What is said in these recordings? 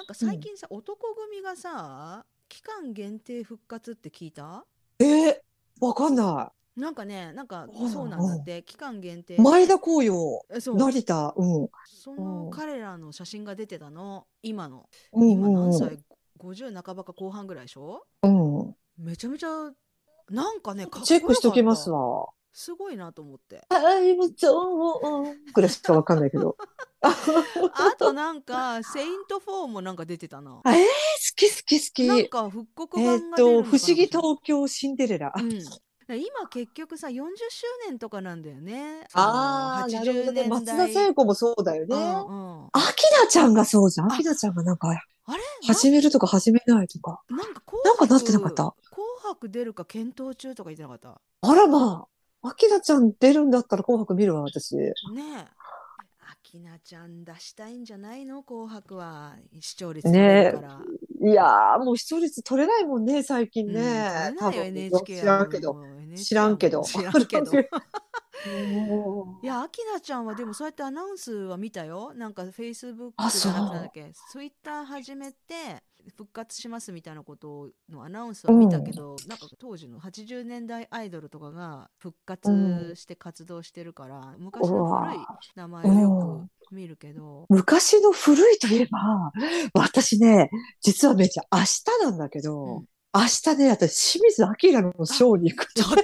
なんかうん。 最近さ、男組がさ、期間限定復活って聞いた？ えー、わかんない。 なんかね、なんかわかんそうなんだっない。 て、期間限定で、 前田光陽、 そう、 成田、うん。 そのうん。 彼らの写真が出てたの、今の。 うん今何うん歳？ 50 半ばか後半ぐらいでしょ？ うん。うん。 めちゃめちゃ、なんかね、 ちょっとかっこよチェックしとかった。 きますわ。 すごいなと思って。 タイムゾーンぐらいしかわかんないけど。 あとなんか、セイント4もなんか出てたな。 好き好き好き。 なんか復刻版が出る不思議のかなんかしらん。 東京シンデレラ。 うん。今結局さ、40周年とかなんだよね。 ああ、なる 80 ほどね。 年松田代。 聖子もそうだよね。 うんうん。 アキナちゃんがそうじゃん。アあ、 キナちゃんがなんか、 あれ始めるとか始めないとか。 なんかなんかなってなかった？ 紅白出るか検討中とか言ってなかった？ あらまあ。アキナちゃん出るんだったら紅白見るわ、私。 ねえ。あきなちゃん出したいんじゃないの？紅白は。視聴率取れるねから。 え。いやー、もう視聴率取れないもんね、最近うん、 ね。 取れないよ、 多分、 NHK は知らんけど。 もう。 知 NHK はもうらんけど。 知らんけど。 知らんけど。もいや、アキナちゃんはでもそうやってアナウンスは見たよ。なんかあ、 Facebook じゃなくてなんだっそけ、Twitter 始めて復活しますみたいなことのアナウンスう。 は見たうん。 けど、なんか当時の80年代アイドルとかが復うん。 活して活動してるから、 う昔の古いわ名ー。 前をよくうん。 見るけど、 昔の古いといえば、私ね、実はめっちゃ明日なんだけど、 うん。 明日ね、私、清水明のシあ、 ョーに行くちょっとのね。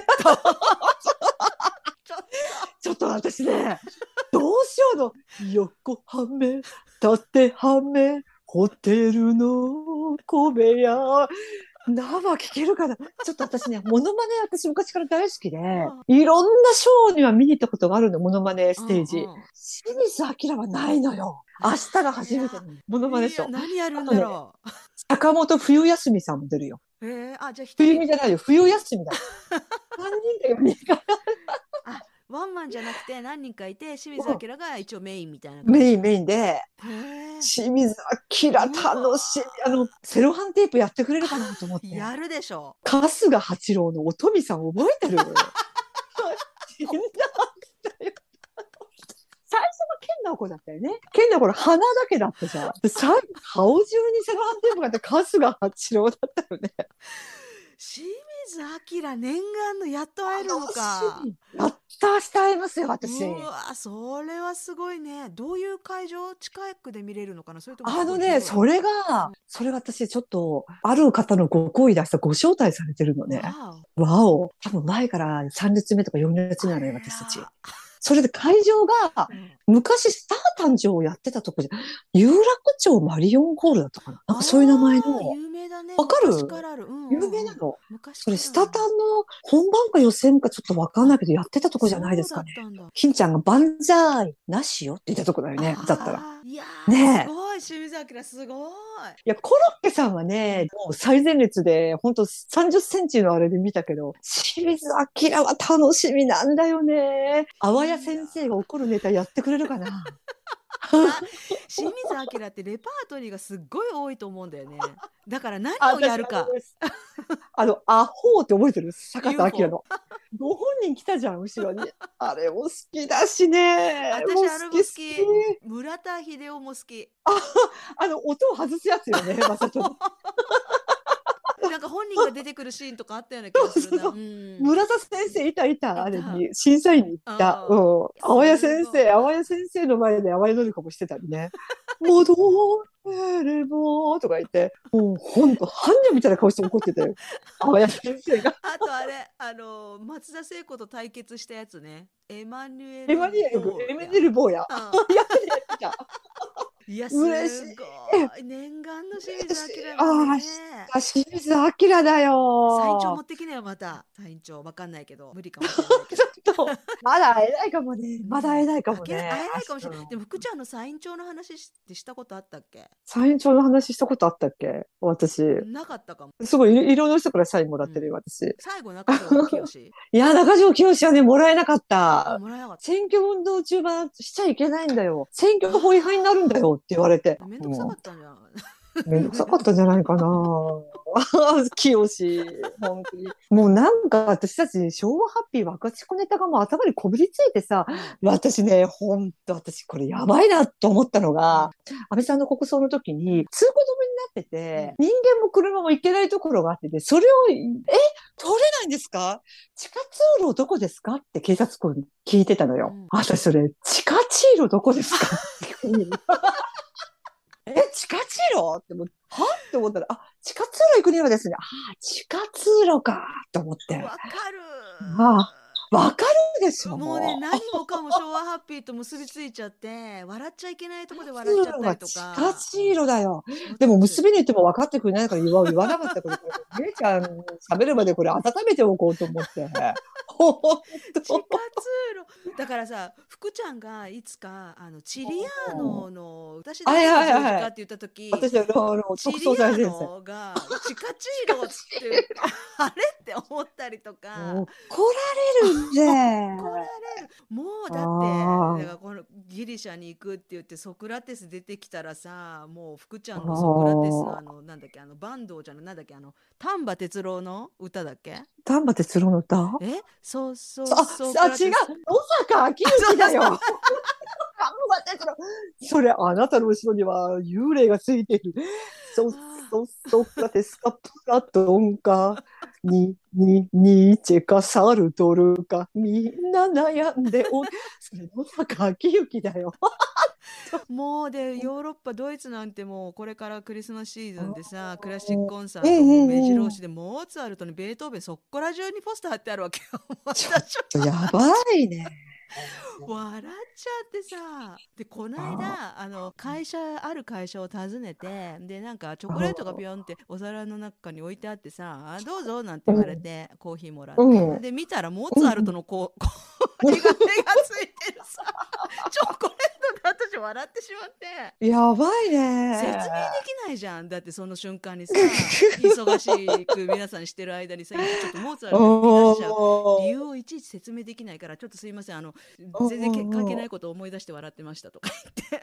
ちょっとちょっと私ね、どうしようの。横はめ、縦はめ、ホテルの小部屋。生聞けるかな。ちょっと私ね、モノマネ私昔から大好きで、 あいろんなショーには見に行ったことがあるの、モノマネうステージ。 んうん。 清水明はないのよ。明日がいや、 初めてのモノマネいや、 ショー。 何やるんあとね、 だろ坂本冬休みさんも出るよ。 う。あ、じゃあ一人。 冬美じゃないよ、冬休みだよ。3人か4人か。 あ、ワンマンじゃなくて何人かいて、清水明が一応メインみたいな感じ。 メインメインで、 へえ。 清水明う楽しみ。 わセロハンテープやってくれるかなと思っー。 て。 やるでしょ。 春日八郎のおとみさん覚えてる？死んだんだよ。最初の剣の子だったよね。剣の子の花だけだったじゃん。で、顔中にセロハンテープがあって春日八郎だったよね。 清水明念願のやっと会えるの楽しか。 み。やった明日会えますよ、 う私。 わ、それはすごいね。どういう会場？近くで見れるのかな、それともすあのね、 ごい広い？ それが私ちょっと、ある方のご好意出したご招待されてるのね。 わお。 わお。多分前から3列目とか4列目あなのよ、私たち。 ら。 それで会場が、 うん。 昔スター誕生をやってたとこじゃ、有楽町マリオンホールだったかな。なんかそういう名前ああ、 の、 有名だね。 わか昔る？ からある。うん有うんうん。 名なの。 昔それからある。 スタタンの本番か予選かちょっとわかんなあ、 いけど、やってたとこじゃないでそうだすかね。 ったんだ。 金ちゃんが万歳なしよって言ったとこだよね。だったら。 ああ、いやー、すねえ。 ごい、清水明すごい。 いや、コロッケさんはうん。 ね、もう最前列で、ほんと30センチのあれで見たけど、清水明は楽しみなんだよね。あわやいや先生が怒るネタやってくれるかな？ 清水明ってレパートリーがすっごい多いと思うんだよね。だから何あ、 をや私、 るか。 アホーって覚えてる？坂田明 UFO。 の。ご本人来たじゃん、後ろに。あれも好きだしね。もう好私あれもき好き。 好き。村田秀夫も好き。 音を外すやつよね、まさとの。 なんか本人が出てくるシーンとかあったような気がするな。うそうそう。 ん。 村田先生いた、あれいた。 に、審査員に行った。うああ、 ん。 すごい。 あわや先生の前であわやのりかもしてたりね。戻ればとか言って、もうほんと、般若みたいな顔して怒ってたよ。あわや先生が。 あとあれ、松田聖子と対決したやつね。エマニュエエル・マニュエル、エマニュボーや。 エル坊や。 うんやってた、やってた。 いや、す嬉しい。 ごい。念願の清水嬉しい。 明だね。 清水明だサイン帳持よ。 ってきなよ、また。サイン帳、わかんないけど。無理かもしれないけちょど。 っと、まだ会えないかもね。まだ会えねえ、 ないかもね。 会えないかもしれない。でも、 明日。 福ちゃんのサイン帳の話ってしたことあったっけ？ サイン帳の話したことあったっけ？私。 なかったかも。 すごい、いろんな人からサインもらってるよ、 うん。 私。 最後、中条きよし。 いや、中条きよしはね、もらえなかっあ、 た。 もらえなかった。 選挙運動中はしちゃいけないんだよ。選挙法違反になるんだあよって言われて。 あ、めんどくさかうん、 ったんじゃん。 めんどくさかったんじゃないかな。 清し、本当に。もうなんか私たち昭和ハッピー若ち子ネタがもう頭にこびりついてさ、 うん。 私ね、ほんと私これやばいなと思ったのが、 うん。 安倍さんの国葬の時うん。 に通行止めになってて、 うん。 人間も車も行けないところがあってて、それを、通れないんですか？地下通路どこですかって警察官に聞いてたのよ。 うん。 私それ、地下通路どこですかって言うの。地下通路ってはって思ったら、地下通路行くにはですね、地下通路かと思って。 わかる。 あわかるでしょ、 もうね、 もう。 何もかも昭和ハッピーと結びついちゃって、笑っちゃいけないとこで笑っ通路はちゃったりと地下か、 通路だよ。 しょっでもちゅう。 娘に言っても分かってくれないから言わなかったから、姉ちゃん喋るまでこれ温めておこうと思って。ほん地下と。 通路だからさ、福ちゃんがいつかチリアーノの私だはいけのはいはいはい。 十字架って言った時、 私は特チリ捜最前線。 アーノが地下通地下路って通あれって思ったりとか、 路。怒られるぜ。 怒られる。もうだってだからあこのギリシャに行くって言ってソクラテス出てきたらさ、もう福ちゃあ。 んのソクラテスのああ。 なんだっけ、坂東じゃない、なんだっけ、丹波哲郎の歌だっけ。 丹波哲郎の歌。 そうそうソク違う。 ラテス。 野坂昭あ、そうそう。 之だよ。丹波哲郎。それ、あなたの後ろには幽霊がついている。 あソクラテスかプラトンか、ニーチェかサルトルか、みんな悩んでそれ、野坂昭之だよ。 もうでヨーロッパドイツなんてもうこれからクリスマスシーズンでさ、クラシックコンサええートも目ええ。 白押しでモーツァルトにベートーベンそこら中にポスター貼ってあるわけよ。 ちょっ私とやばいね。 笑っちゃってさ、でこのあ間ある会社を訪ねて、でなんかチョコレートがあ、 ビョンってお皿の中に置いてあってさ、どうぞなんて言われうん、 てコーヒーもらっうて、 ん、 で見たらモーツァルトうん。 のコーヒーが目がついてるさ、チョコレートで私笑ってしまって。 やばい説明でね。 きないじゃん。だってその瞬間にさ、忙しく皆さんしてる間にさ、今ちょっとモーツァルト吹き出しちゃう理おー、 由をいちいち説明できないから、ちょっとすいません、 う全然関係ん、うん。 ないことを思い出して笑ってましたとか言って。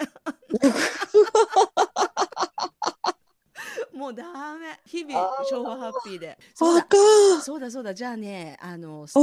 もうダメ。日々昭和ハッピーで。そうだ。 あかん。 そうだ。じゃあね、 うん。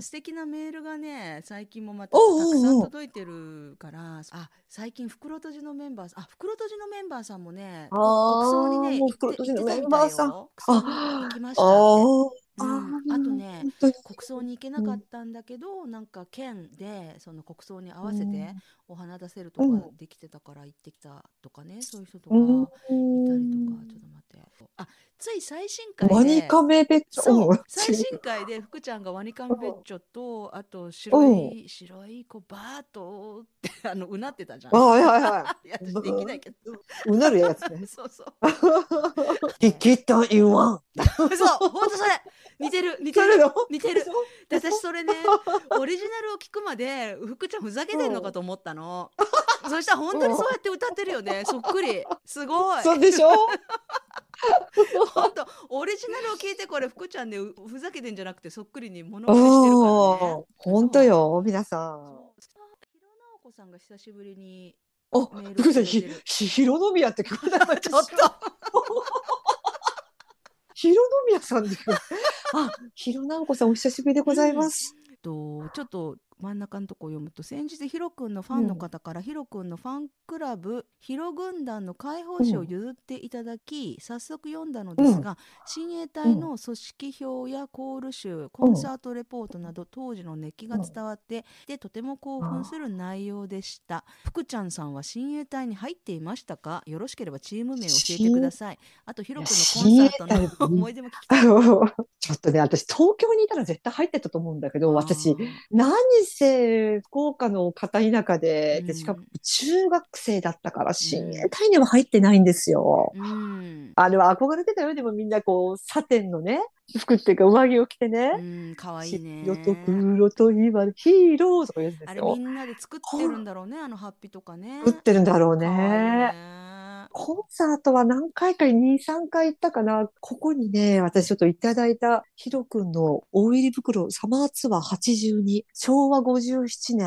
素敵なメールがね、最近もまたたくさんうんうんうん。 届いてるから、最近袋とじのメンバーさんもね、 あ国葬にあ、 ね、 もう袋とじのメ行ってたみンバーさん。 たいよ。国葬に行きましたって。 あうん、あとね、 本当に。 国葬に行けなかっうん。 たんだけど、なんか県でその国葬に合うわせてん。 お花出せるとうん。 かできてたから行ってきたとかね、そういう人とうかいたりとか、ちょっん。 と待って。つい最新回ワニで、 カメべっちょ、うん、 最違う。 新回で福ちゃんがワニカンベッチョと、あとうん。 白い子バートってうなってたじゃん。 はいはいはい。 いや、私できないけど。 うなるやつね。 そうそう。 ティケットインワン。 そう、ほんとそれ。 それの、 似てる。で、私それね、オリジナルを聞くまで、福ちゃんふざけてんのかと思ったの。そしたら本当にうん。 そうやって歌ってるよね。そっくり。すごい。 そうでしょ？ 本当オリジナルを聞いて、これ福ちゃんでふざけてんじゃなくてそっくりにモノうマネしてるからね。 ん。本当そう。 よ、皆さん。 そう。弘直子さんが久しぶりにあ、 メールびっくりした。 くれてる。 広宮って聞こえなかったちょっでしょ？ と広宮さんで聞こえ、広直子さんお久しぶりでございうん。 ます。 ちょっと真ん中のとこを読むと、先日ヒロくんのファンのうん、 方からヒロくんのファンクラブヒロ軍団の開放誌をうん、 譲っていただき、早速読んだのうん、 ですが、親衛うん、 隊の組織表やコール集、コうん、 ンサートレポートなど当時の熱気がうん。 伝わってで、とても興奮すある内容でした。福ちゃんさんは親衛隊に入っていましたか？よろしければチーム名教えてくだ新、 さい。あとヒロくんのコン親衛サートの隊、 思い出も聞きたい。 あの、ちょっとね、私東京にいたら絶対入ってたと思うんだけど、私、 ああ、 何せ福岡の片田舎うで、しかもん、 中学生だったから親衛うん、 隊には入ってないんですよ。 うん。 あれは憧れてたよ。でもみんなこう、サテンのね、服っていうか上着を着てね、 うん、かわいい白とね。 黒と言われ、ヒーローとか言うんであれみすよ。 んなで作ってるんだろうね、ハッピーとか作っね。 てるんだろうかわいいね。 ね。 コンサートは何回か2、3回行ったかな。ここにね、私ちょっといただいたヒロ君の大入り袋サマーツアー82、昭和57年。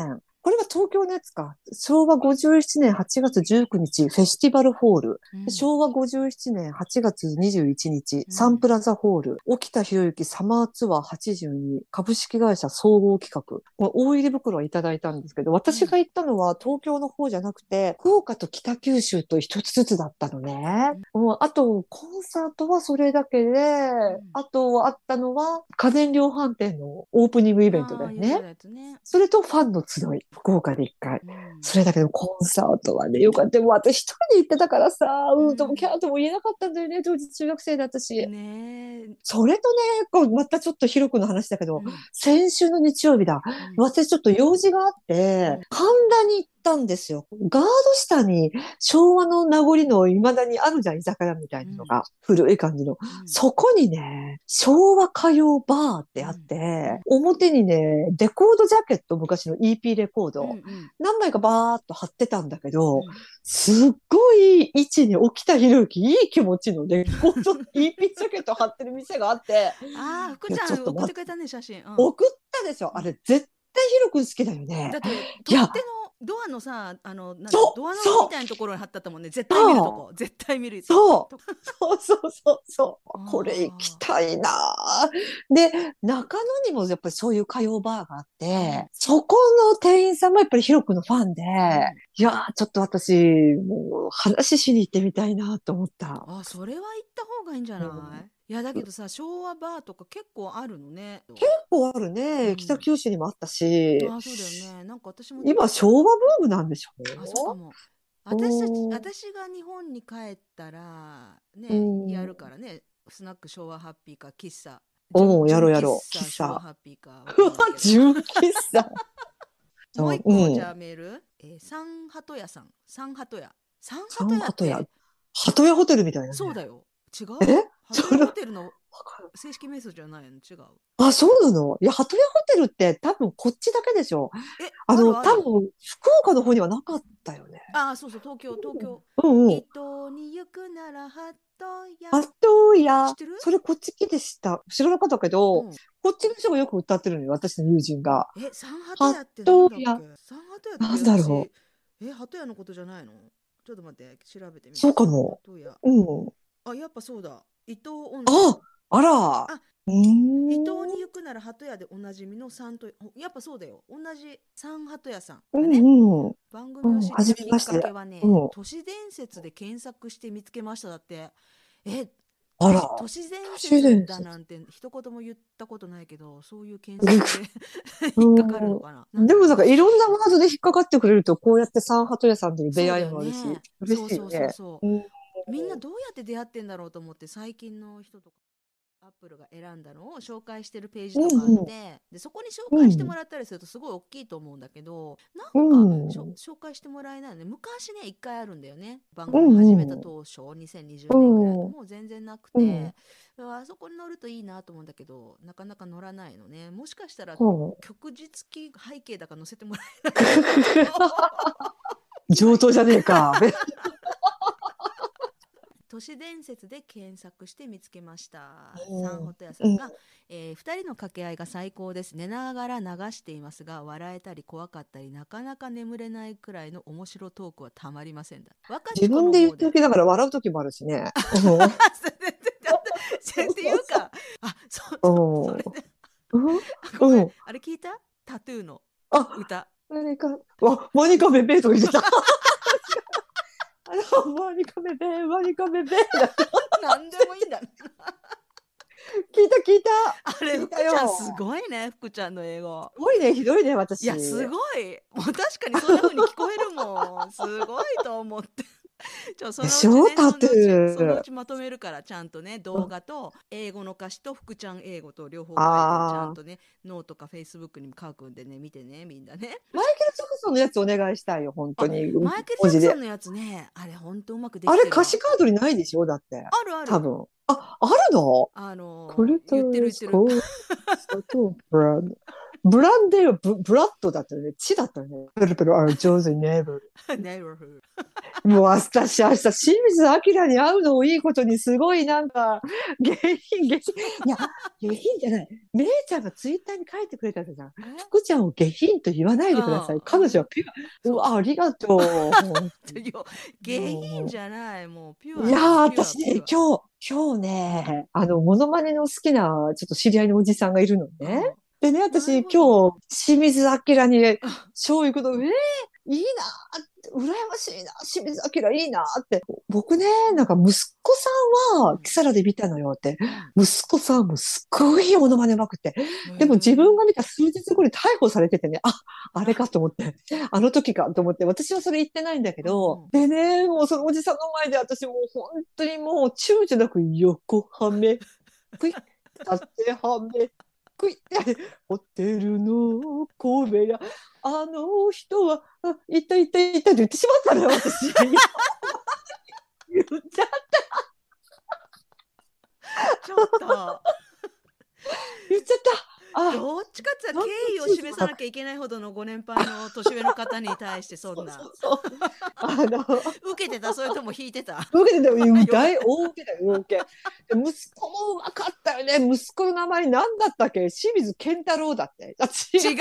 これは東京のやつか。昭和57年8月19日、フェスティバルホール。 うん昭和57年8月21日、 うんサンプラザホール。沖田博之サマーツアー82株式会社総合企画。これ大入り袋をいただいたんですけど、私が行ったのは東京の方じゃなくて、福岡と北九州と一つずつだったのね。あと、コンサートはそれだけで、あとあったのは家電量販店のオープニングイベントだよね。 言ってたやつね。 それとファンの集い、福岡で一回。 うんそれだけどコンサートはね、よかった。でも私一人で行ってたからさ、 うんともキャーとも言えなかったんだよね、当時中学生だったし。 ねえ。 それとね、こうまたちょっと広くの話だけど、 うん先週の日曜日だ。 うん私ちょっと用事があって、神田に行ったんですよ。ガード下に昭和の名残の未だにあるじゃん、居酒屋みたいなのが。古い感じの。 うんそこにね、昭和歌謡バーってあって、表にね、レコードジャケット、昔の EP レコード、 うんうん何枚かバーっと貼ってたんだけど、 うんすっごい位置に沖田博之、いい気持ちのレコード EP ジャケット貼ってる店があって、 ああ、福ちいやゃんちょっと待って送ってくれたね、写真。 送ったでしょ。あれ、絶対ヒロ君好きだよねだ。って、 いや取っ手のドアのさ、なんだそうドアそうのみたいなところに貼ってあったもんね。絶対見るとこ。絶対見るとそうこ。 そう。 あーこれ行きたいなぁで、中野にもやっぱりそういう歌謡バーがあって、そこの店員さんもやっぱりヒロ君のファンで、いやー、ちょっと私、もう話しに行ってみたいなと思った。 あ、それは行った方がいいんじゃない、いや、だけどさ、昭和バーとか結構あるのね。 結構あるね。 うん北九州にもあったし、 あ、そうだよね。なんか私も。 今昭和ブームなんでしょあ、そうかも。私が日本に帰ったら、ね、やるからね。スナック昭和ハッピーか、喫茶。 やろうやろう。 喫茶昭和ハッピーか。 うわ、純喫茶。 もう一個、じゃあメール。サンハト屋さん。サンハト屋。サンハト屋って。 鳩屋ホテルみたいな、ね。 そうだよ。違う？ 鳩屋ホテルの正式名称じゃないの？違う。 あ、そうなの？いや、鳩屋ホテルって多分こっちだけでしょ。多分福岡の方にはなかったよね。 あ、そうそう、東京。伊東に行くなら鳩屋。 鳩屋。 知ってる？ それこっち来でした。知らなかったけど、こっちの人がよく歌ってるのよ、私の友人が。 サンハト屋ってなんだっけ？サンハト屋ってなんだろう。鳩屋のことじゃないの？ちょっと待って、調べてみて。 そうかも。 あ、やっぱそうだ。伊東温泉。あら。 伊東に行くなら鳩屋でおなじみのサンと、やっぱそうだよ。同じサン鳩屋さんがね、番組を知ったきっかけはね、都市伝説で検索して見つけましただって。都市伝説だなんて一言も言ったことないけど、そういう検索で引っかかるのかな。 でもなんかいろんなワードで引っかかってくれると、こうやってサンハト屋さんとの出会いもあるし、嬉しいね。 みんなどうやって出会ってんだろうと思って、最近の人とかアップルが選んだのを紹介してるページとかあって、でそこに紹介してもらったりするとすごい大きいと思うんだけど、なんか、紹介してもらえないのね。昔ね、一回あるんだよね。番組始めた当初、2020年ぐらいの、もう全然なくて、あそこに乗るといいなと思うんだけど、なかなか乗らないのね。もしかしたら旭日記背景だから載せてもらえない上等じゃねえか。 都市伝説で検索して見つけました。サンホト屋さんが、2人の掛け合いが最高です。寝ながら流していますが、笑えたり怖かったり、なかなか眠れないくらいの面白トークはたまりませんだ。 自分で言っておきながら笑う時もあるしね。 っていうか、それでごめん、あれ聞いた？タトゥーの歌。 マニカベベとか言ってた。ワニカベベなんでもいいんだ。 聞いた。 あれ、福ちゃんすごいね、福ちゃんの英語。 すごいね、ひどいね、私。 いや、すごい。もう確かにそんな風に聞こえるもん。すごいと思って。そのうちまとめるから、ちゃんとね、動画と英語の歌詞と福ちゃん英語と両方書いて、ちゃんとね、ノートかフェイスブックにも書くんでね、見てね、みんなね。 マイケル・ジャクソンのやつお願いしたいよ、本当に。 マイケル・ジャクソンのやつね、あれ本当うまくできてる。 あれ歌詞カードにないでしょ、だって。 ある。 多分。あるの？ 言ってる。 ブランデーはブラッドだったよね。血だったよね。ペルペル、上手にネブル。 もう私明日清水明に会うのをいいことにすごいなんか、下品。いや、下品じゃない。めいちゃんがツイッターに書いてくれたじゃん。 え、 福ちゃんを下品と言わないでください。彼女はピュア。うそう。 わ、ありがとう。本当によ、下品もじゃない、もうピュういやー、 アだよ、ピュア、 私ね、 ピュア。 今日ね、モノマネの好きな、ちょっと知り合いのおじさんがいるのね。 あ、 でね、私、 なるほど。 今日、清水明に、超行くの、いいなーって、羨ましいな、清水明いいなーって。僕ね、なんか息子さんは、 うん、 キサラで見たのよって。 うん。 息子さんもすっごいモノマネまくって。 へでも自分え。 が見た数日後に逮捕されててね、あれかと思って、あの時かと思って、私はそれ言ってないんだけど、 うんうん。 でね、もうそのおじさんの前で私もう本当にもう躊躇なく横はめ、クイッ、縦はめ、クイッ、ホテルの小部屋、あの人は、いたいたいたって言ってしまったのよ、私。言っちゃ、 ちょっと、 言っちゃった。 どっちかって言ったらなん敬意をちゅうさ、 示さなきゃいけないほどのご年配の年上の方に対してそそうんな。 そうそう。あの、 受けてた、それとも引いてた。 受けてたよ、 よかっ大受けだよ、大受け。で息子もうまかったよね。息子の名前何だったっけ？清水健太郎だって。違うた。違う。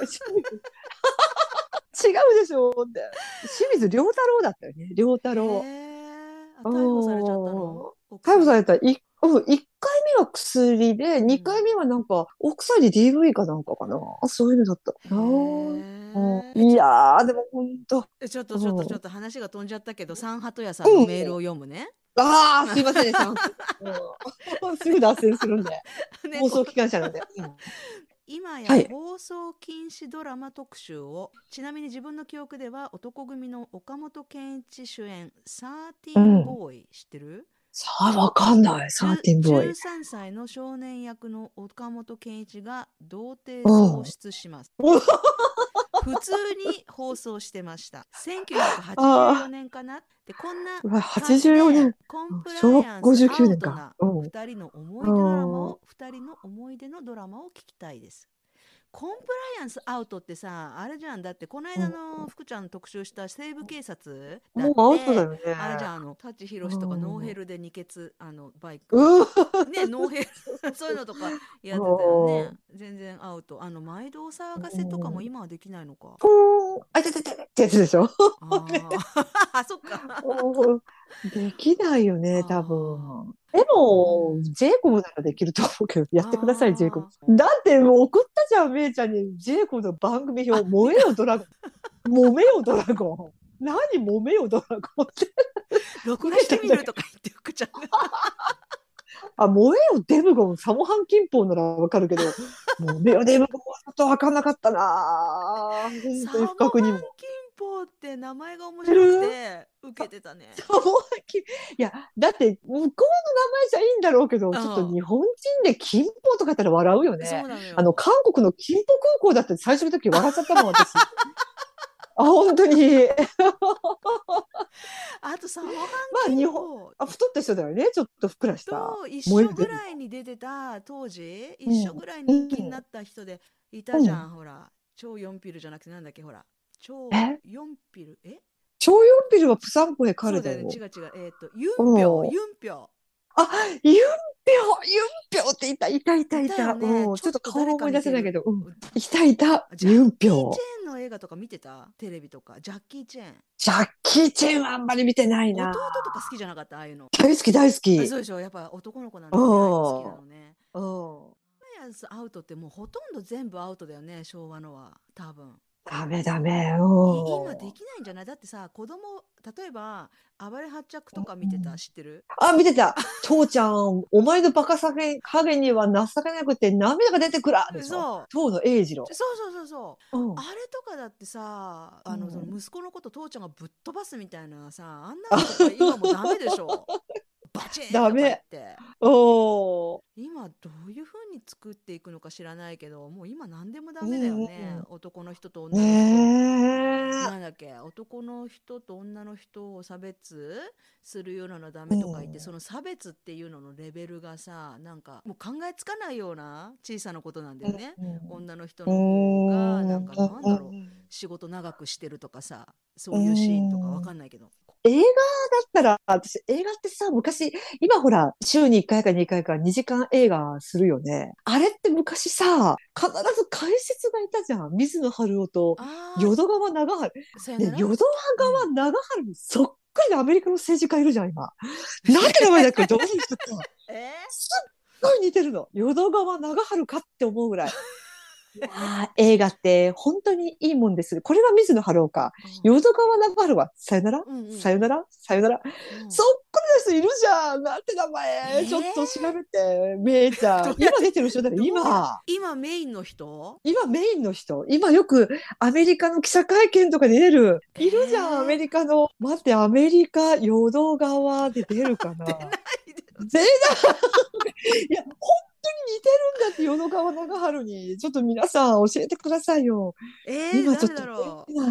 違うでしょって。清水良太郎だったよね。良太へ郎。 え。あ、逮捕されちゃったの？ うん。 奥さん。 逮捕された。一回目は薬で、二うん。 回目はなんか、奥さんに DV かなんかかな。そういうのだったかな。 へえ。 うん、いやー、でも本当。 ちょっとちょっとちょっうん。 と話が飛んじゃったけど、三鳩屋さんのうん。 メールを読むね。 ああ、すいませんね、さん。うん、すぐ脱線するんで。 ね、 放送機関車なんで。うん。 今やはい。 放送禁止ドラマ特集を、ちなみに自分の記憶では男闘呼組の岡本健一主演サーティーンうん。 ボーイ知ってる？ さあ、わかんない。サーティンボーイ。 13歳の少年役の岡本健一が童貞うん。 喪う失します。 わ普通に放送してました。1984 あ年かな。で、こんなー、うわ、 感じ 84 で年。 コンプラ小学イアンス 59 アウ年か。 トなうん。 2人の思い出ドラマうん。 を、2人の思い出のドラマを聞きたいです。コンプライアンスアウトってさ、あれじゃん。だってこの間の福ちゃん特集した西部警察だっもうアウトだて、 よね。 あれじゃん、舘ひろうしとかノーヘん。 ルで二ケツ、バイクうわね、ノーヘルそういうのとかやってたよね。 うん全然アウト。毎度お騒がせとかもうん。 今はできないのか。 あ、いたいたいたってやつでしょ？ ああ、そっか。 うんできないよね、多あ分。であ、うも、 ん。 ジェイコブならできると思うけど、やってください、ジェイコブ。 ああ、 だってもう送ったじゃん、めいちゃんに。ジェイコブの番組表、 見た。 燃えよドラゴン。揉めよドラゴン。何揉めよドラゴンって。 録画見してみるとたんだけど。 か言って福ちゃんが。 燃えよデブゴン、サモハンキンポならわかるけど、揉めよデブゴンはちょっとわかんなかったなぁ。本当にサモハン不覚にも。 キンポって名前が面白く知ってるて受けてたね。 サモハンキン、いや、だって向こうの名前じゃいいんだろうけど、ちょっとう日本人でキンポとか言ったら笑うよん。そね。 うなのよ。 韓国のキンポ空港だって最初の時笑っちゃったもん、私。本当に。 あとサモハンまあ、日本、 キンポ太った人だよね。ちょっとふっくらした。 と一燃え緒ぐるデブゴらいに出てた当時、一ン。 緒ぐらいうん。 人気になった人でいたうん。 じゃん、ほら。超4ピルじゃなくてなんだっけ、ほら。超え 4ピル、 超四ビルはプサンコでそうだよね、 彼だよ。 違う違う。ユンピョ、 うん。 ユンピョ。 あ、ユンピョ、ユンピョっていたよいた。 ね。 うん。ちょっとちょっと誰顔が思い出か似てる。 せないけど、うん。いた。 ジャッユンピキー・チョ。 ェーンの映画とか見てた？テレビとか。ジャッキー・チェーン。 ジャッキー・チェンはあんまり見てないな。 弟とか好きじゃなかった？ああいうの。 大好き、大好き。 そうでしょ。やっぱ男の子なんうだよね。ああいうの好きなのん。 ね。 うん。 ジャイアンツアウトってもうほとんど全部アウトだよね。昭和のは。多分。 ダメ。う今でん。 きないんじゃない？だってさ、子供、例えば、暴れ発着とか見てた？知ってる？ あ、見てた。父ちゃん、お前のバカさ加減には情けなくて涙が出てくらでしょ？ そう。 当の英二郎。 そう。 うん。 あれとかだってさ、そうん。 の息子のこと父ちゃんがぶっ飛ばすみたいなさ、あんなのとか今もダメでしょ。バチーンとか言っダメ。 て。 おー。 今どういう風に作っていくのか知らないけど、もう今何でもダうメだよんね。 う男の人とん。 女の人。 ねえ。 なんだっけ、男の人と女の人を差別するようなのダうメとか言って、そん。 の差別っていうののレベルがさ、なんかもう考えつかないような小さなことなんだよね。女の人うの方がん。 なんかなんだろう、 うん。 仕事長くしてるとかさ、そうういうシーンとかわん。 かんないけど、 映画だったら、私映画ってさ、昔、今ほら、週に1回か2回か2時間映画するよね。あれって昔さ、必ず解説がいたじゃん。水野晴郎とあ淀川長春。ね、 さよなら。 淀うん。 川長春にそっくりなアメリカの政治家いるじゃん、今。なんて名前だっけ、どういう人か。 えすっごい似てるの。淀川長春かって思うぐらい。映画って本当にいいもんです。これが水野晴郎か。 ー、 淀川長春はさよならうんうんさよならさよなら、 うんうん。 そっくりな人いるじゃん。なんて名前、ちょっと調べて。めいちゃん。今どうやって出てる人だよ、 どうや今。 今メインの人？ 今メインの人。今よくアメリカの記者会見とかで出る。いるじゃん、アメリカの。待って、アメリカ、淀川で出るか出なな。 いで。 出ないいや、本当に似てるんだって、淀川長春に。ちょっと皆さん教えてくださいよ。今ちょっ誰とだろ出てない。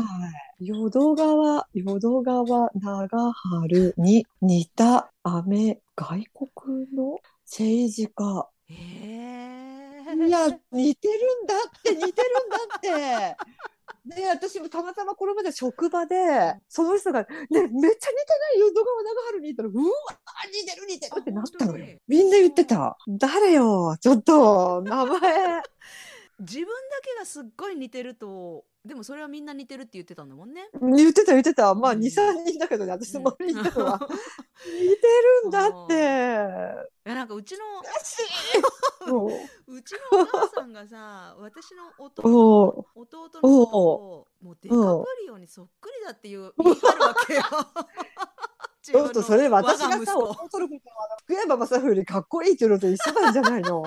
淀川長春に似た外国の政治家。 う。 いや、似てるんだって、似てるんだって。で、私もたまたまこれまで職場で、その人が、ね、めっちゃ似てないよ、淀川長春に言ったら、うわ、似てる似てるあ、 ってな本当ったのよ。 に。 みんな言ってた。誰よ、ちょっと、名前。 自分だけがすっごい似てると、でもそれはみんな似てるって言ってたんだもんね。 言ってた言ってた。まあ、2、 うん。 3人だけどね、私うん。 の周りにいたのは。似てるんだっあて。 なんかうちのらしい。もうちのお母さんがさ、私のう、お弟のことおをもうデうカプん。 リオにそっくりだって言い張るわけよ。 ちょっと自分のそれ私がさ、弟我が息子。 のことは福山雅治よりかっこいいっていうのと一緒なんじゃないの？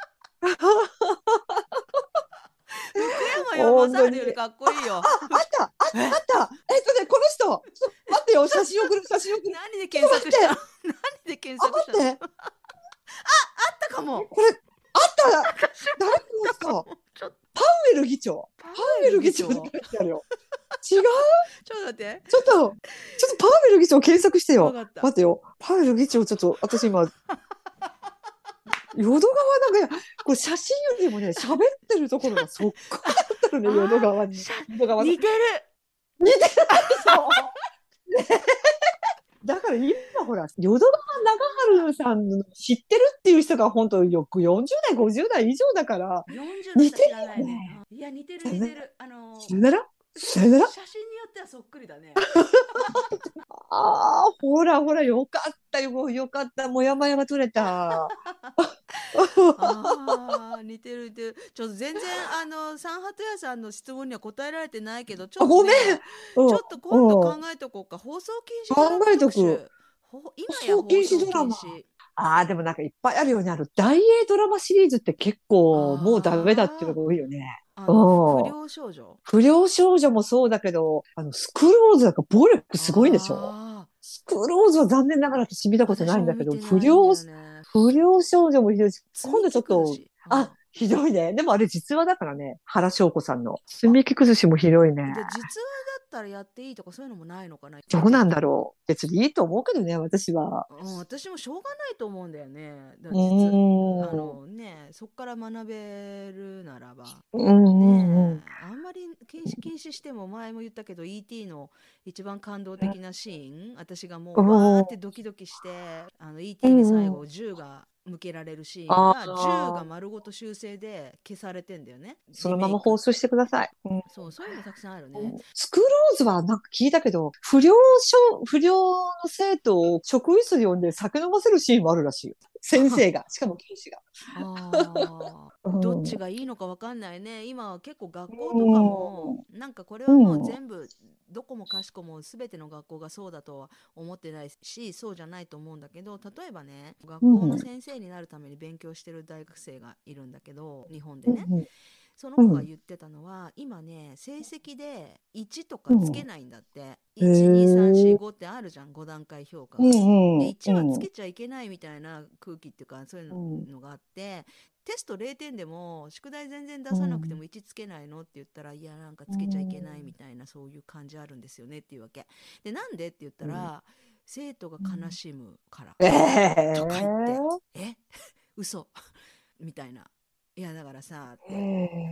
福山本当に。 雅治よりかっこいいよ。え、 あった。この人。ちょっと待ってよ。写真送る、写真送る。 何でちょっと待って。 検索したの？何で検索したの？あっ待って。 たかも。 これ、あった誰この人？ ちょっとパウエル議長。 パウパウエル議長エル議長。 って書いてあるよ。違う？ ちょっと待って。 ちょっとパウエル議長検索してよ。 わかった。 待ってよ。パウエル議長、ちょっと、私今、淀川なんか、これ写真よりもね、喋ってるところがそっくりだったのね、淀川に。淀川さん。 似てる。 似てるでしょ？だから今ほら、淀川長春さんの知ってるっていう人が本当よく40代、50代以上だから、 40の似て人知らないるよね。 ね。いや、似てるさよなら似てる。 さよならさよなら。 写真によってはそっくりだね。 ああ、ほらほら、よかったよ、よかった。もやもやが取れた。 ああ、似てる似てる。ちょっと全然サンハト屋さんの質問には答えられてないけど、ちょあ、 っとね、 ごめん。うん、 ちょっと今度考うん。 えとこうか。放送禁止ドラ考えとマ特く。 集。今や放送禁止放送ドラマ。 禁止。 ああ、でもなんかいっぱいあるよね。大英ドラマシリーズって結構もうダメだっていうのあが多いよね。 あ、不うん。 良少女。 不良少女もそうだけど、スクールウォーズなんか暴力すごいんでしょ？ ああ、 スクールウォーズは残念ながら私見たことな私も見いんだけど、 てないんだよね。 不良少女もひどいし、今積み木度ちょっと、 崩し。 あ、ひどいね。でもあれ実話だからね。原翔子さんの。積あ、 み木崩しもひどいね。 で、実話だったらやっていいとかそういうのもないのかな。 どうなんだろう。別にいいと思うけどね、私は。 うん、私もしょうがないと思うんだよね。 うーん。 そこから学べるならば。 うんうんうん。 ねえ、あんまり禁止しても前も言ったけど ET の一番感動的なシーン、私がもうわーってドキドキしてう ET に最んうん。 後銃が向けられるシーンあが銃があ、 丸ごと修正で消されてんだよね。 そのまリメイク。 ま放送してください。うん。 そう、そういうのたくさんあるね。 スクールウォーズはなんか聞いたけど、不良の生徒を職員室に呼んで酒飲ませるシーンもあるらしいよ。先生が。しかも教師が。 ああ、 うん。 どっちうがいいのかわかんないね。今は結構学校とかも、 ん。 なんかこれうはもうん。 全部、どこもかしこも全ての学校がそうだとは思ってないし、そうじゃないと思うんだけど、例えばね、学校のうん。 先生になるために勉強してる大学生がいるんだけど、日本でね。 うん。 その子がうん。 言ってたのは、今ね、成績で1とうん。 かつけないんだって。 へ 1、2、3、4、 え。 5ってあるじゃん、5段階評価うが。で、 ん。う 1はつん。 けちゃいけないみたいな空気っていうか、そういううん。 のがあって、テスト0点でも、宿題全然出うさなくてん。 も1つけないのって言ったら、いや、なんかうつけちゃいけないみん。 たいな、そういう感じあるんですよねっていうわけ。で、なんでって言ったうん。 ら、生徒が悲しむからえとか言って、 え。 え嘘みたいな。いや、だからさ、って。 ええ。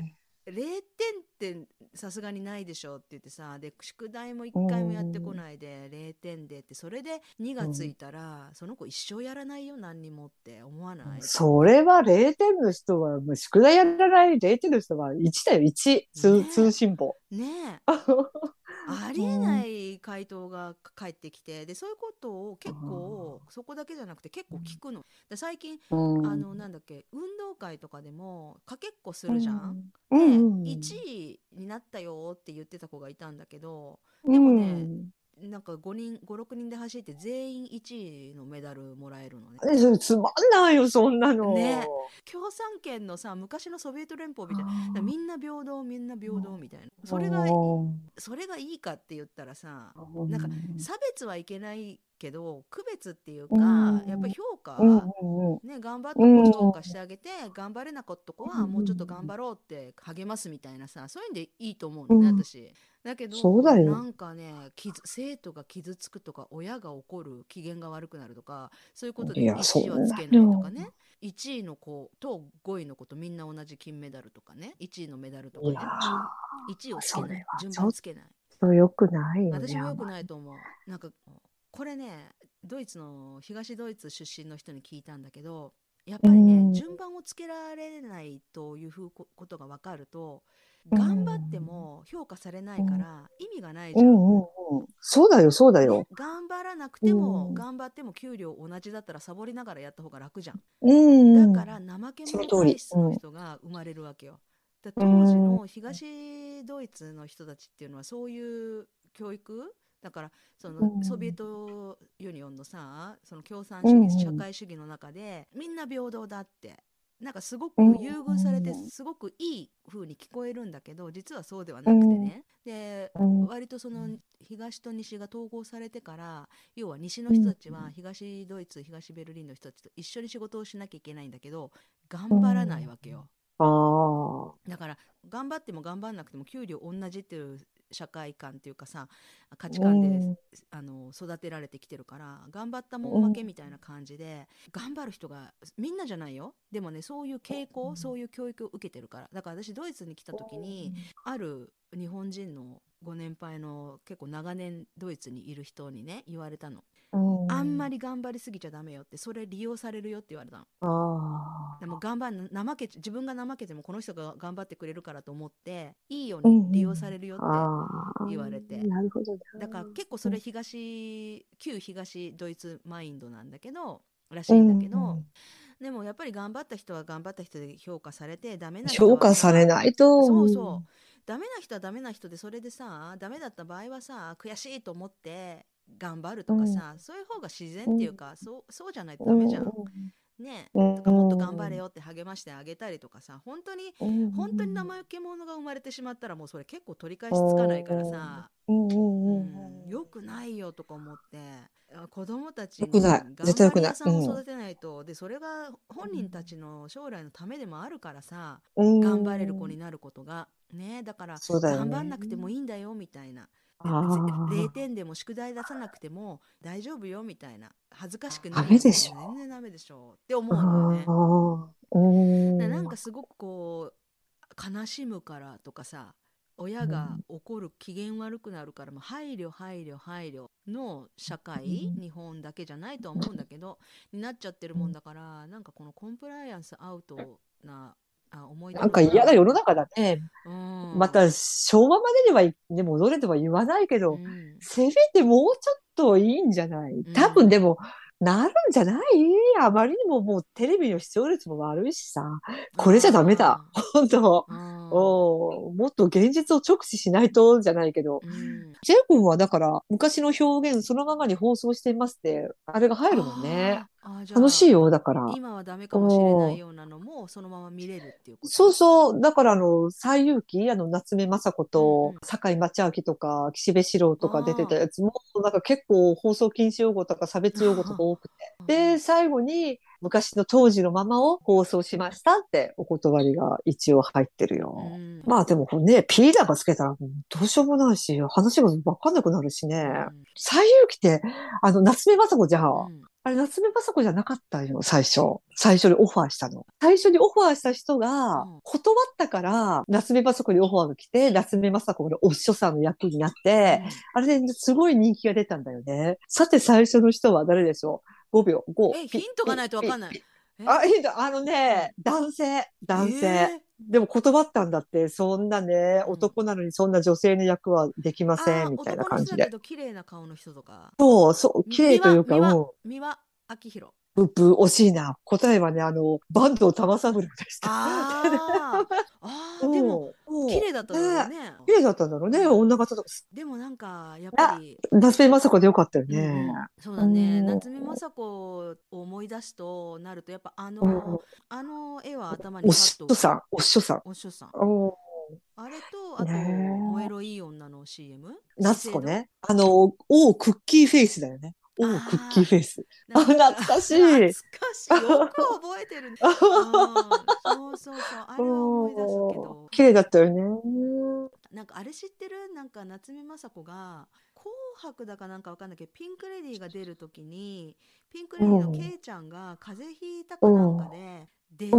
0点ってさすがにないでしょって言ってさ、で宿題も1回もやってこないで0点でって、それで2がついたらその子一生やらないよ何にもって思わない？だってそれは0点の人は、もう宿題やらない0点の人は1だよ、1。通ね信簿。 え、ねえ、ありえなうん。 い回答が返ってきて、でそういうことを結構そこだけじゃなくて結構聞くので、最近うん。 なんだっけ、運動会とかでもかけっこすうるじゃん。 ん。うでん。 1位になったよって言ってた子がいたんだけど、 うでもね、 ん。 なんか5、6人で走って全員1位のメダルもらえるのね。 それつまんないよ、そんなね、 の。 共産圏のさ、昔のソビエト連邦みたいな、 あみんな平等みんな平等みたいな、 あ。うんそれがいいかって言ったらさ、 うなんかん差別はいけないけど区別っていううか、やっぱりん評うん価ね、頑張っうた子をん評価してあげて、頑張れなかった子はもうちょっと頑張ろうって励ますみたいなさ、そういうんでいいと思うのね、 うん。 私。だけどなそうだよ。 んかね、生徒が傷つくとか親が怒る、機嫌が悪くなるとか、そういうことでいや、そ 1位はんなつけないとかの。 ね、1位の子と5位の子とみんな同じ金メダルとかね、1位のメダルといやかね、1位をー、 つけない、 それは順ちょっ番つけない。 と良くないよね、 私も良くあんまないと思う。なんかこれね、ドイツの東ドイツ出身の人に聞いたんだけど、やっり。うぱりね、 ん。 順番をつけられないということが分かると、 う頑張ってん。 も評価されなうん。 いから意味がないじゃん。 うんうんうん。そうだよ、そうだね、 よ。 頑張らなくうてもん。 頑張っても給料同じだったらサボりながらやった方が楽じゃん。だうん。 から怠けその通り。 者体質のうん。 人が生まれるわけよ。 う当時ん。 の東ドイツの人たちっていうのはそういう教育だから、そうのソビエん。 トユニオンのさ、その共産う主義社ん。 会主義の中でみんな平等だって、なんかすごうん。 く優遇されてすごくいい風に聞こえるんだけど、実はそうではうん。 なくてね。でうん。 割とその東と西が統合されてから、要は西のうん。 人たちは東ドイツ東ベルリンの人たちと一緒に仕事をしなきゃいけないんだけど、 う頑張らないん。 わけよ。 ああ。 だから頑張っても頑張んなくても給料同じっていう社会観っていうかさ、価値う観でん。 育てられてきてるから、頑張ったもんうん。 負けみたいな感じで、頑張る人がみんなじゃないよ、でもね、そういう傾向、そういう教育を受けてるから。だから私ドイツに来た時に、ある日本人のご年配の結構長年ドイツにいる人にね言われたの。 うん。 あんまり頑張りすぎちゃダメよって、それ利用されるよって言われたの。 あでもあ。 自分が怠けてもこの人が頑張ってくれるからと思っていいよううに利用さん。 れるよってああ。 言われて、 なるほどな。 だから結構それうん。 旧東ドイツマインドなんだけど、らしういんだけど、 ん。 でもやっぱり頑張った人は頑張った人で評価されて、ダメな人評価されはさ、 ないと、 そうそう、ダメな人はダメな人で、それでさ、ダメだった場合はさ、悔しいと思って頑張るとかうん。 さ、そういう方が自然っうん。 ていうか、そうじゃないとうん。 ダメじゃん。ね、 うとかもっと頑張ん。うん。 れよって励ましてあげたりとかさ、 う本当にん。 怠け者が生まれてしまったらもうそれ結構取り返うしつかないからん。 さ、 うん。 ううん。 ん、よくないよとか思って、子供たちよくない。 に絶対よくない。 頑張り屋さうん。 んを育てないと、でそれが本人たちの将来のためでもあるからさ、 う頑張れる子ん。 になることがね、だからそうだよ頑張んね。 なくてもいいんだよみたいな、0 あ点でも宿題出さなくても大丈夫よみたいな、恥ずかしくあ、ダないよって、 メでしょ。 全然ダメでしょって思うのよね。 ああ、うん。 なんかすごくこう悲しむからとかさ、親がうん。 怒る、機嫌悪くなるから、もう配慮配慮配慮の社会、 うん。 日本だけじゃないとは思うんだけど、になっちゃってるもんだから、なんかこのコンプライアンスアウトな思い出なんのか嫌な世のない、 中だね。 うん、 また、昭和までには、ね、戻れとは言わないけど、 うん、 せめてもうちょっといいんじゃない？ うん、 多分でも、なるんじゃない？あまりにももうテレビの視聴率も悪いしさ、これじゃダメだ。 あ本当。 あ、ああ、 もっと現実を直視しないとじゃないけど。 うん。 ジェイ君はだから昔の表現そのままに放送していますって、あれが入るもんね。 じゃあ楽しいよ、だから。 今はダメかもしれないうん。 ようなのもそのまま見れるっていうこそうと？ そう。だから西遊記、夏目雅子と、 うんうん。 堺正明とか、岸辺四郎とか出てたあやつも、なんか結構放送禁止用語とか差別用語とかあ。 多くて。で、最後に昔の当時のままを放送しましたってお断りが一応入ってるよ。 うん。 まあでもね、ピーダーがつけたらもうどうしようもないし、話がわかんなくなるしね。 うん。 西遊記って、夏目雅子じゃん。 うん。 あれ、夏目雅子じゃなかったよ、最初。最初にオファーしたの。最初にオファーした人が、 うん断ったから、夏目雅子にオファーが来て、夏目雅子のお師匠さんの役になって、 うんあれですごい人気が出たんだよね。さて、最初の人は誰でしょう？ 5 秒、5、 ヒピッ、ピッ、 ントがないとわピッ、 かんない。 ピッ。 えあ、いいんだ。 うん。 男性、男性。 ええでも断ったんだって、そんなね、 うん。 男なのにそんな女性の役はできません、 ああ、 みたいな男の感じで。 人だけど綺麗な顔の人とか。 そう、そう、綺麗というか、 三輪明宏。 惜しいな。答えはね、坂東玉三郎でした。 ああ、ああ、でも、 そう、そう。 綺麗だっただろうね、 ね。 綺麗だったんだろうね、 うん。 女方とか。 でもなんか、やっぱあ、 り、 夏目雅子でよかったようんうね。 ん、そううだね。 ん。 夏目雅子を思い出すとなると、やっぱうん。 あの絵は頭におっパッと浮かぶ。 しょさん、おっしょさん。 お師匠さん。 おー、 あれと、あねと、燃ええ。 ろいい女の CM? 資生堂。 夏子ね。クッキーフェイスだよね。クッキーああフェイス。あ、 なんか懐かし懐い。 かしい。よく覚えてるね。うん。そうそうそう。あれは思い出すけど。 綺麗だったよね。 なんかあれ知ってる？なんか夏目雅子が紅白だかなんかわかんないけど、ピンクレディーが出るときに、ピンクレディーのうん。 ケイちゃんが風邪ひいたうかなんかん。 で、 うん。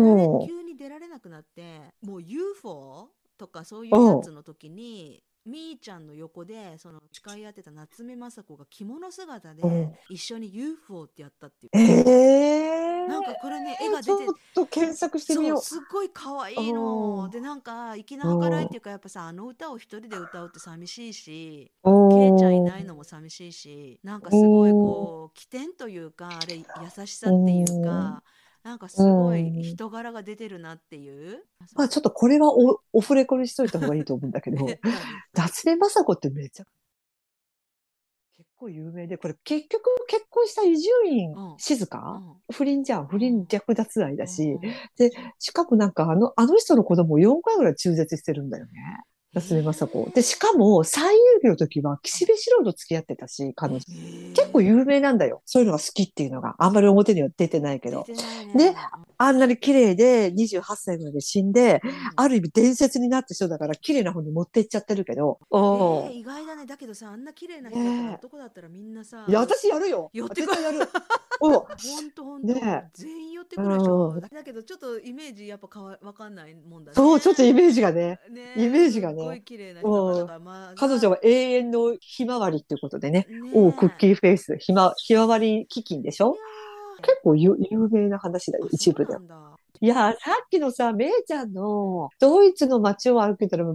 急に出られなくなって、もう UFO とかそういうやうん。 つの時に、みーちゃんの横で、その誓い合ってた夏目雅子が着物姿でうん。 一緒に UFO ってやったっていう。なんかこれね、絵が出て、 ちょっと検索してみそう、 よすっごい可う。 愛いの。で、なんか、粋な計らいっていうか、やっぱさ、あの歌を一人で歌うって寂しいし、 うケイちゃんいん。 ないのも寂しいし、なんかうすごいん。 こう、起点というか、あれ、優しさうっていうん。 か、なんかうすごいん。 人柄が出てるなっていう。あそまあこ。 ちょっとこれはオフレコにしといた方がいいと思うんだけど、 何？ 夏目雅子ってめちゃ結構有名で、これ結局結婚した伊集院うん、 静香うん、 不倫じゃん。不倫うん、 略奪愛だうん、 し。 うん。 で、しかもなんかあの人の子供を4回ぐらい中絶してるんだよね。夏目雅子。で、しかも最遊戯の時は岸辺四郎と付き合ってたし、彼女。 え結構ー、 有名なんだよ。そういうのが好きっていうのが。あんまり表には出てないけど。 出てないで、 ね。 あんなに綺麗で28歳ぐらいで死んで、 うん。 ある意味伝説になった人だから綺麗な方に持っていっちゃってるけど、 意外だね。だけどさ、あんな綺麗な人だったら、 ね男だったらみんなえ。いや、 さ、 私やるよ。 寄ってくる。 絶対やる。うん。 ほんとほんと。 ねえ。 全員寄ってくるでしょ。 うん。 だけど、ちょっとイメージやっぱわかんないもんだね。 そう、ちょっとイメージがね。イねえ、 メーすっジがね。 ごい綺麗な人が、だうん。 からまあ、 彼女は永遠のひまわりっていうことでね。クッねキーフェイス、ひまわり基金でしえ。いやょ？ ー、 結構有名な話だよ、 あ、そう一部では。 なんだ。 いやさっきのさ、めいちゃんうん。 のドイツの街を歩けたら、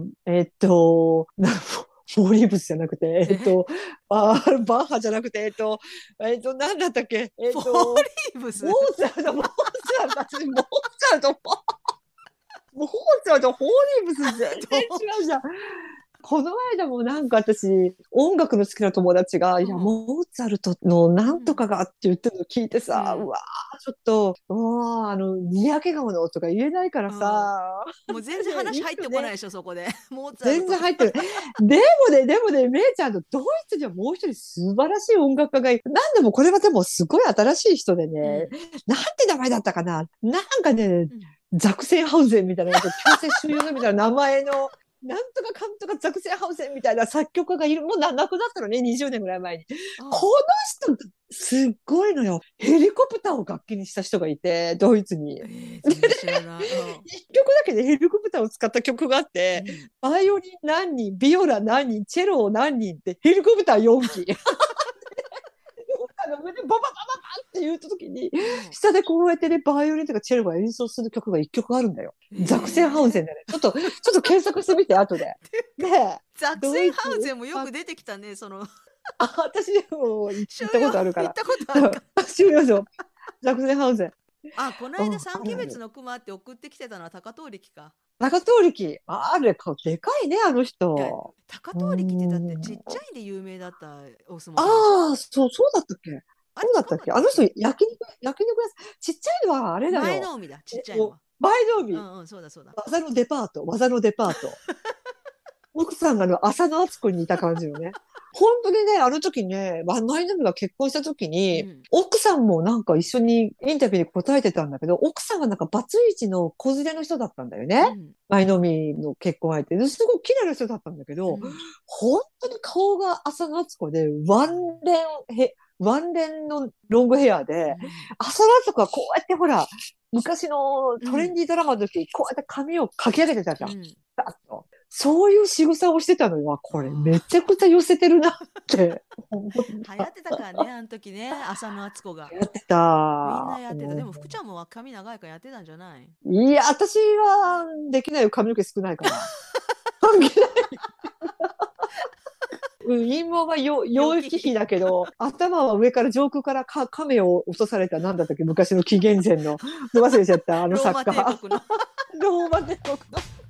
フォーリーブスじゃなくて、 え、 バッハじゃなくて、なんだったっけ、 フォーリーブモース。 ツァルト、私、モーツァルト、モーツァルト、フォーリーブス全然どう違うじゃん。 した？ この間もなんか私、音楽の好きな友達が、いや、 うん。 モーツァルトのなんとうん。 かがって言ってるの聞いてさ、ううん。 わー、ちょっと、にやけ顔のとか言えないからうん。 さ、 もう全然ね、い話入っいよね。 てこないでしょ、そこで。モーツァルトとか。 全然入ってる。でもね、めいちゃんのドイツにはもう一人素晴らしい音楽家がいる。なんでもこれはでもすごい新しい人でね、 うん。 なんて名前だったかな、なんかね、 うん。 ザクセンハウゼンみたいな、なんか強制収容所みたいな名前の、なんとかかんとかザクセンハウゼンみたいな作曲家がいる。もう亡くなったのね、20年ぐらい前に。こあ、 の人、すっごいのよ。ヘリコプターを楽器にした人がいて、ドイツに。 全然知らない。う一曲だけでヘリコプターを使った曲があって、 ん。うん。 バイオリン何人、ビオラ何人、チェロ何人ってヘリコプター4機。上でバババババって言った時に、 うん。 下でこうやってね、バイオリンとかチェロが演奏する曲が一曲あるんだよ。ザクセンハウゼンええだね。ちょっと検索してみて、後で。で、 ザクセンドイツ、 ハウゼンもよく出てきたね、その、 私も行収ったことあるから。 容行ったことあるか。 終了ぞ。ザクセンハウゼン。 あ、このうん、 間三あるある。 鬼滅の熊って送ってきてたのは高遠力か。 中通力。あれか、でかいね、あのいや、 人。 高う遠力ってだってちっん。 ちゃいで有名だったお相撲さんでしょ？ ああ、そうだったっけ？ あれ違かそうだったっけ？あの人、 ったっけ？ 焼肉屋さん、ちっちゃいのはあれだよ。 前の海だ、ちっちゃいのは。 前の海、 うんうん、そうだそうだ。 技のデパート。奥さんが浅野敦子に似た感じのね。本当にね、あの時ね、前の海が結婚した時に、 うん。 奥さんもなんか一緒にインタビューに答えてたんだけど、奥さんはなんかバツイチの子連れの人だったんだよね。 うん。 前の海の結婚相手で、すごい綺麗な人だったんだけど、 うん。 本当に顔が浅野敦子で、 うん。 ワンレンのロングヘアで、朝ラとかこうやってほら、昔のトレンディードラマの時、こうやって髪をかき上げてたじゃん。バッとそういう仕草をしてたのよ。これめちゃくちゃ寄せてるなって思っ流行ってたからね、あの時ね、浅野敦子が。 やってみんた。 なやってた。でも福ちゃんも髪長いからやってたんじゃない？ いや、私はできないよ。髪の毛少ないから。関係ない。陰謀は養育費だけど、頭は上から上空から亀を落とされた、なんだったっけ、昔の紀元前の、忘れちゃった、あのローマ作家。 帝国の。 ローマ帝国の。